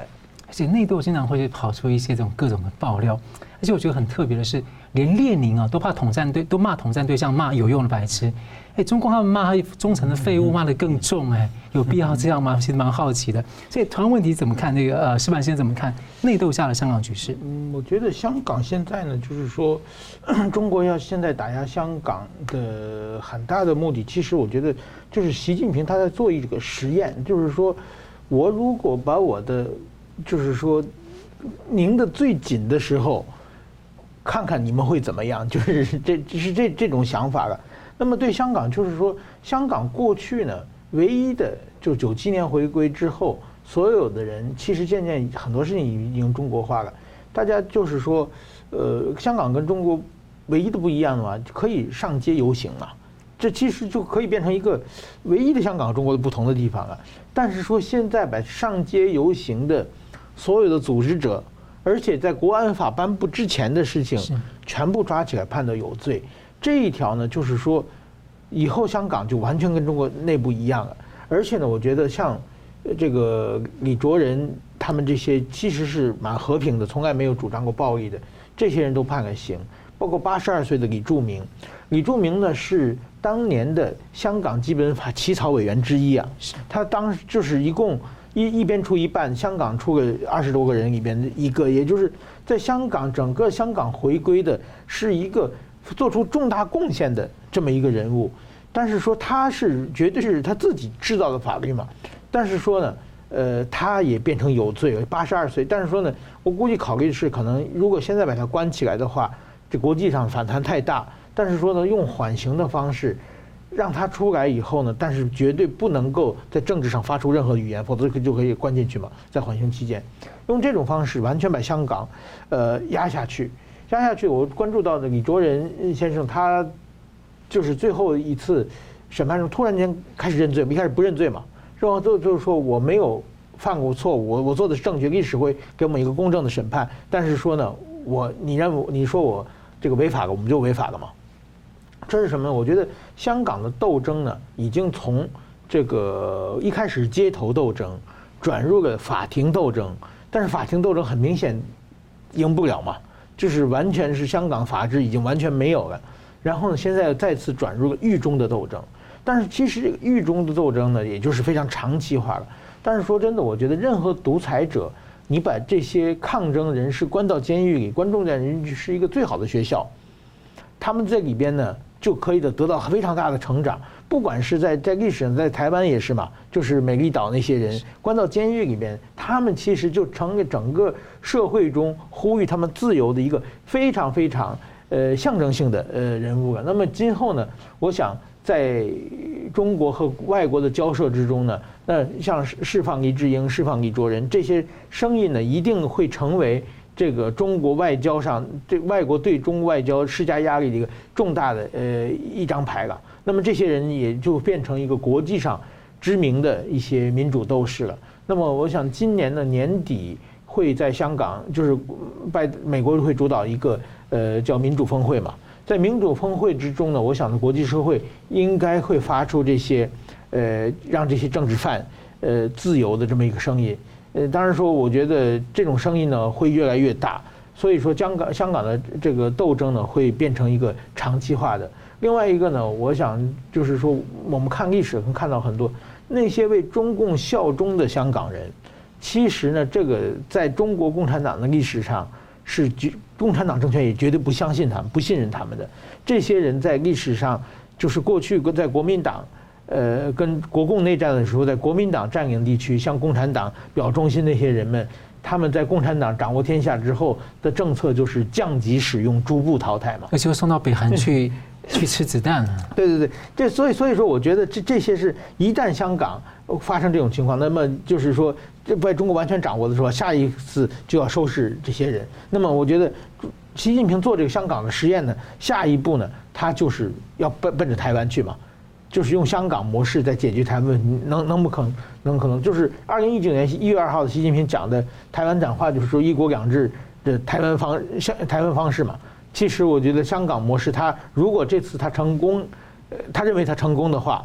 而且内斗经常会跑出一些这种各种的爆料，而且我觉得很特别的是，连列宁啊都怕统战对都骂统战对象骂有用的白痴，哎，中共他们骂他忠诚的废物骂得更重，哎，有必要这样吗？其实蛮好奇的。所以同样问题怎么看？那个呃，矢板先生怎么看内斗下的香港局势？ 嗯，我觉得香港现在呢，就是说，中国要现在打压香港的很大的目的，其实我觉得就是习近平他在做一个实验，就是说我如果把我的就是说拧得最紧的时候，看看你们会怎么样，就是这是这这种想法了。那么对香港就是说，香港过去呢，唯一的就九七年回归之后，所有的人其实渐渐很多事情已经中国化了。大家就是说，呃，香港跟中国唯一的不一样的嘛，可以上街游行嘛，这其实就可以变成一个唯一的香港中国的不同的地方了。但是说现在把上街游行的所有的组织者，而且在国安法颁布之前的事情，全部抓起来判得有罪。这一条呢，就是说，以后香港就完全跟中国内部一样了。而且呢，我觉得像这个李卓人他们这些，其实是蛮和平的，从来没有主张过暴力的，这些人都判了刑。包括八十二岁的李柱铭，李柱铭呢是当年的香港基本法起草委员之一啊，他当时就是一共。一一边出一半，香港出个二十多个人里边的一个，也就是在香港整个香港回归的是一个做出重大贡献的这么一个人物。但是说他是绝对是他自己制造的法律嘛，但是说呢，呃，他也变成有罪，八十二岁。但是说呢，我估计考虑是可能如果现在把他关起来的话，这国际上反弹太大。但是说呢，用缓刑的方式。让他出来以后呢，但是绝对不能够在政治上发出任何语言，否则就可以关进去嘛。在缓刑期间，用这种方式完全把香港，呃压下去，压下去。我关注到的李卓人先生，他就是最后一次审判中突然间开始认罪，一开始不认罪嘛，然后就就是说我没有犯过错误，我我做的是正确，历史会给我们一个公正的审判。但是说呢，我你认为你说我这个违法了，我们就违法了嘛。这是什么呢？我觉得香港的斗争呢，已经从这个一开始街头斗争，转入了法庭斗争。但是法庭斗争很明显赢不了嘛，就是完全是香港法治已经完全没有了。然后呢，现在再次转入了狱中的斗争。但是其实这个狱中的斗争呢，也就是非常长期化了。但是说真的，我觉得任何独裁者，你把这些抗争人士关到监狱里，关重点人是一个最好的学校。他们在里边呢。就可以的得到非常大的成长，不管是在在历史上，在台湾也是嘛，就是美丽岛那些人关到监狱里边，他们其实就成了整个社会中呼吁他们自由的一个非常非常呃象征性的呃人物了。那么今后呢，我想在中国和外国的交涉之中呢，那像释放黎智英、释放李卓人这些声音呢，一定会成为。这个中国外交上，对外国对中外交施加压力的一个重大的呃一张牌了。那么这些人也就变成一个国际上知名的一些民主斗士了。那么我想今年的年底会在香港，就是拜美国会主导一个呃叫民主峰会嘛。在民主峰会之中呢，我想的国际社会应该会发出这些呃让这些政治犯呃自由的这么一个声音。呃，当然说，我觉得这种声音呢会越来越大，所以说香港香港的这个斗争呢会变成一个长期化的。另外一个呢，我想就是说，我们看历史能看到很多那些为中共效忠的香港人，其实呢，这个在中国共产党的历史上是绝共产党政权也绝对不相信他们、不信任他们的。这些人在历史上就是过去在国民党。呃，跟国共内战的时候，在国民党占领地区向共产党表忠心那些人们，他们在共产党掌握天下之后的政策就是降级使用，逐步淘汰嘛， 而且送到北韩去去吃子弹了。 对对对，这所以所以说，我觉得这这些是一旦香港发生这种情况，那么就是说，这在中国完全掌握的时候，下一次就要收拾这些人。那么我觉得，习近平做这个香港的实验呢，下一步呢，他就是要奔奔着台湾去嘛。就是用香港模式在解决台湾问题，能能不可能能可能就是二零一九年一月二号的习近平讲的台湾讲话，就是说一国两制的台湾方香台湾方式嘛。其实我觉得香港模式，他如果这次他成功，呃，他认为他成功的话，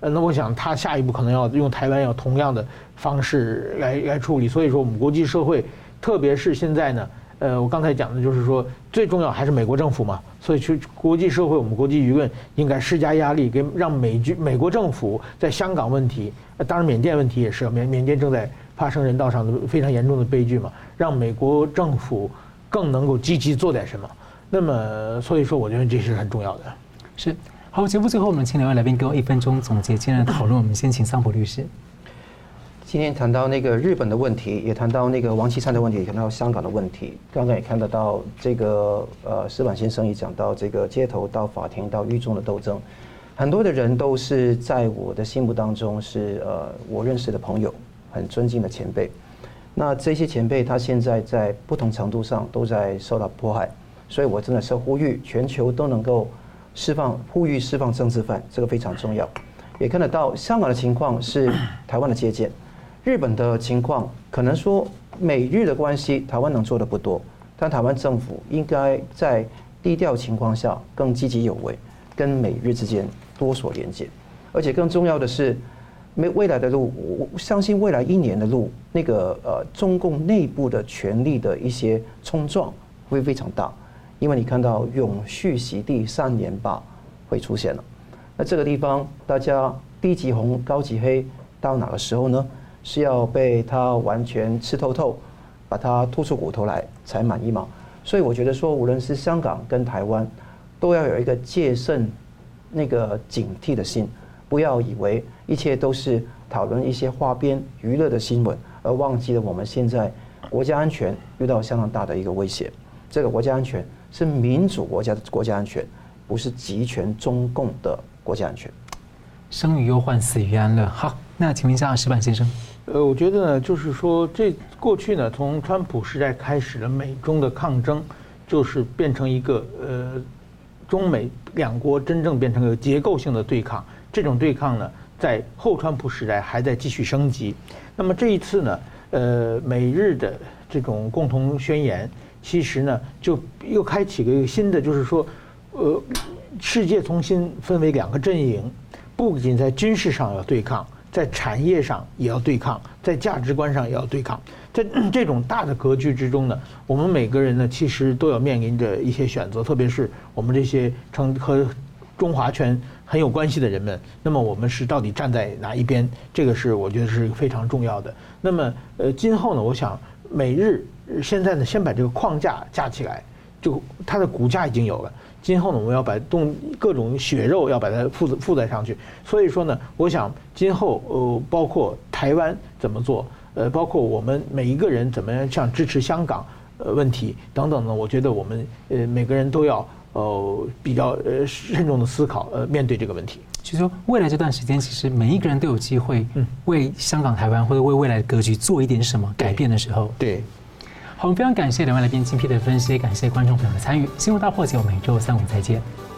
呃，那我想他下一步可能要用台湾要同样的方式来来处理。所以说，我们国际社会，特别是现在呢，呃，我刚才讲的就是说，最重要还是美国政府嘛。所以去国际社会，我们国际舆论应该施加压力，给让美军美国政府在香港问题，呃，当然缅甸问题也是，缅缅甸正在发生人道上的非常严重的悲剧嘛，让美国政府更能够积极做点什么。那么，所以说，我觉得这是很重要的。 是。好，节目最后我们请两位来宾给我一分钟总结今天的讨论。我们先请桑普律师。 今天谈到那个日本的问题，也谈到那个王岐山的问题，也谈到香港的问题。刚刚也看得到这个呃，石板先生也讲到这个街头到法庭到狱中的斗争，很多的人都是在我的心目当中是呃我认识的朋友，很尊敬的前辈。那这些前辈他现在在不同程度上都在受到迫害，所以我真的是呼吁全球都能够释放，呼吁释放政治犯，这个非常重要。也看得到香港的情况是台湾的借鉴，日本的情况可能说美日的关系台湾能做的不多，但台湾政府应该在低调情况下更积极有为，跟美日之间多所连接。而且更重要的是，未未来的路，我相信未来一年的路，那个呃中共内部的权力的一些冲撞会非常大。因为你看到永续洗地三年吧会出现了，那这个地方大家低级红高级黑到哪个时候呢？是要被它完全吃透透，把它吐出骨头来才满意吗？所以我觉得说，无论是香港跟台湾，都要有一个戒慎、那个警惕的心，不要以为一切都是讨论一些花边娱乐的新闻，而忘记了我们现在国家安全遇到相当大的一个威胁。这个国家安全是民主国家的国家安全，不是集权中共的国家安全。 生于忧患，死于安乐。好，那请问一下石板先生。 呃，我觉得呢，就是说，这过去呢，从川普时代开始的美中的抗争，就是变成一个呃，中美两国真正变成一个结构性的对抗。这种对抗呢，在后川普时代还在继续升级。那么这一次呢，呃，美日的这种共同宣言。其实呢，就又开启了一个新的，就是说，呃，世界重新分为两个阵营，不仅在军事上要对抗，在产业上也要对抗，在价值观上也要对抗。在这种大的格局之中呢，我们每个人呢，其实都要面临着一些选择，特别是我们这些成和中华权很有关系的人们，那么我们是到底站在哪一边？这个是我觉得是非常重要的。那么，呃，今后呢，我想美日。现在呢，先把这个框架架起来，就它的骨架已经有了。今后呢，我们要把动各种血肉要把它附附载上去。所以说呢，我想今后呃，包括台湾怎么做，呃，包括我们每一个人怎么样像支持香港呃问题等等呢，我觉得我们呃每个人都要呃比较呃慎重的思考呃面对这个问题。 就是说，未来这段时间，其实每一个人都有机会为香港、台湾或者为未来的格局做一点什么改变的时候。 对。 好，我们非常感谢两位来宾精辟的分析，感谢观众朋友的参与。新闻大破解，我们每周三五再见。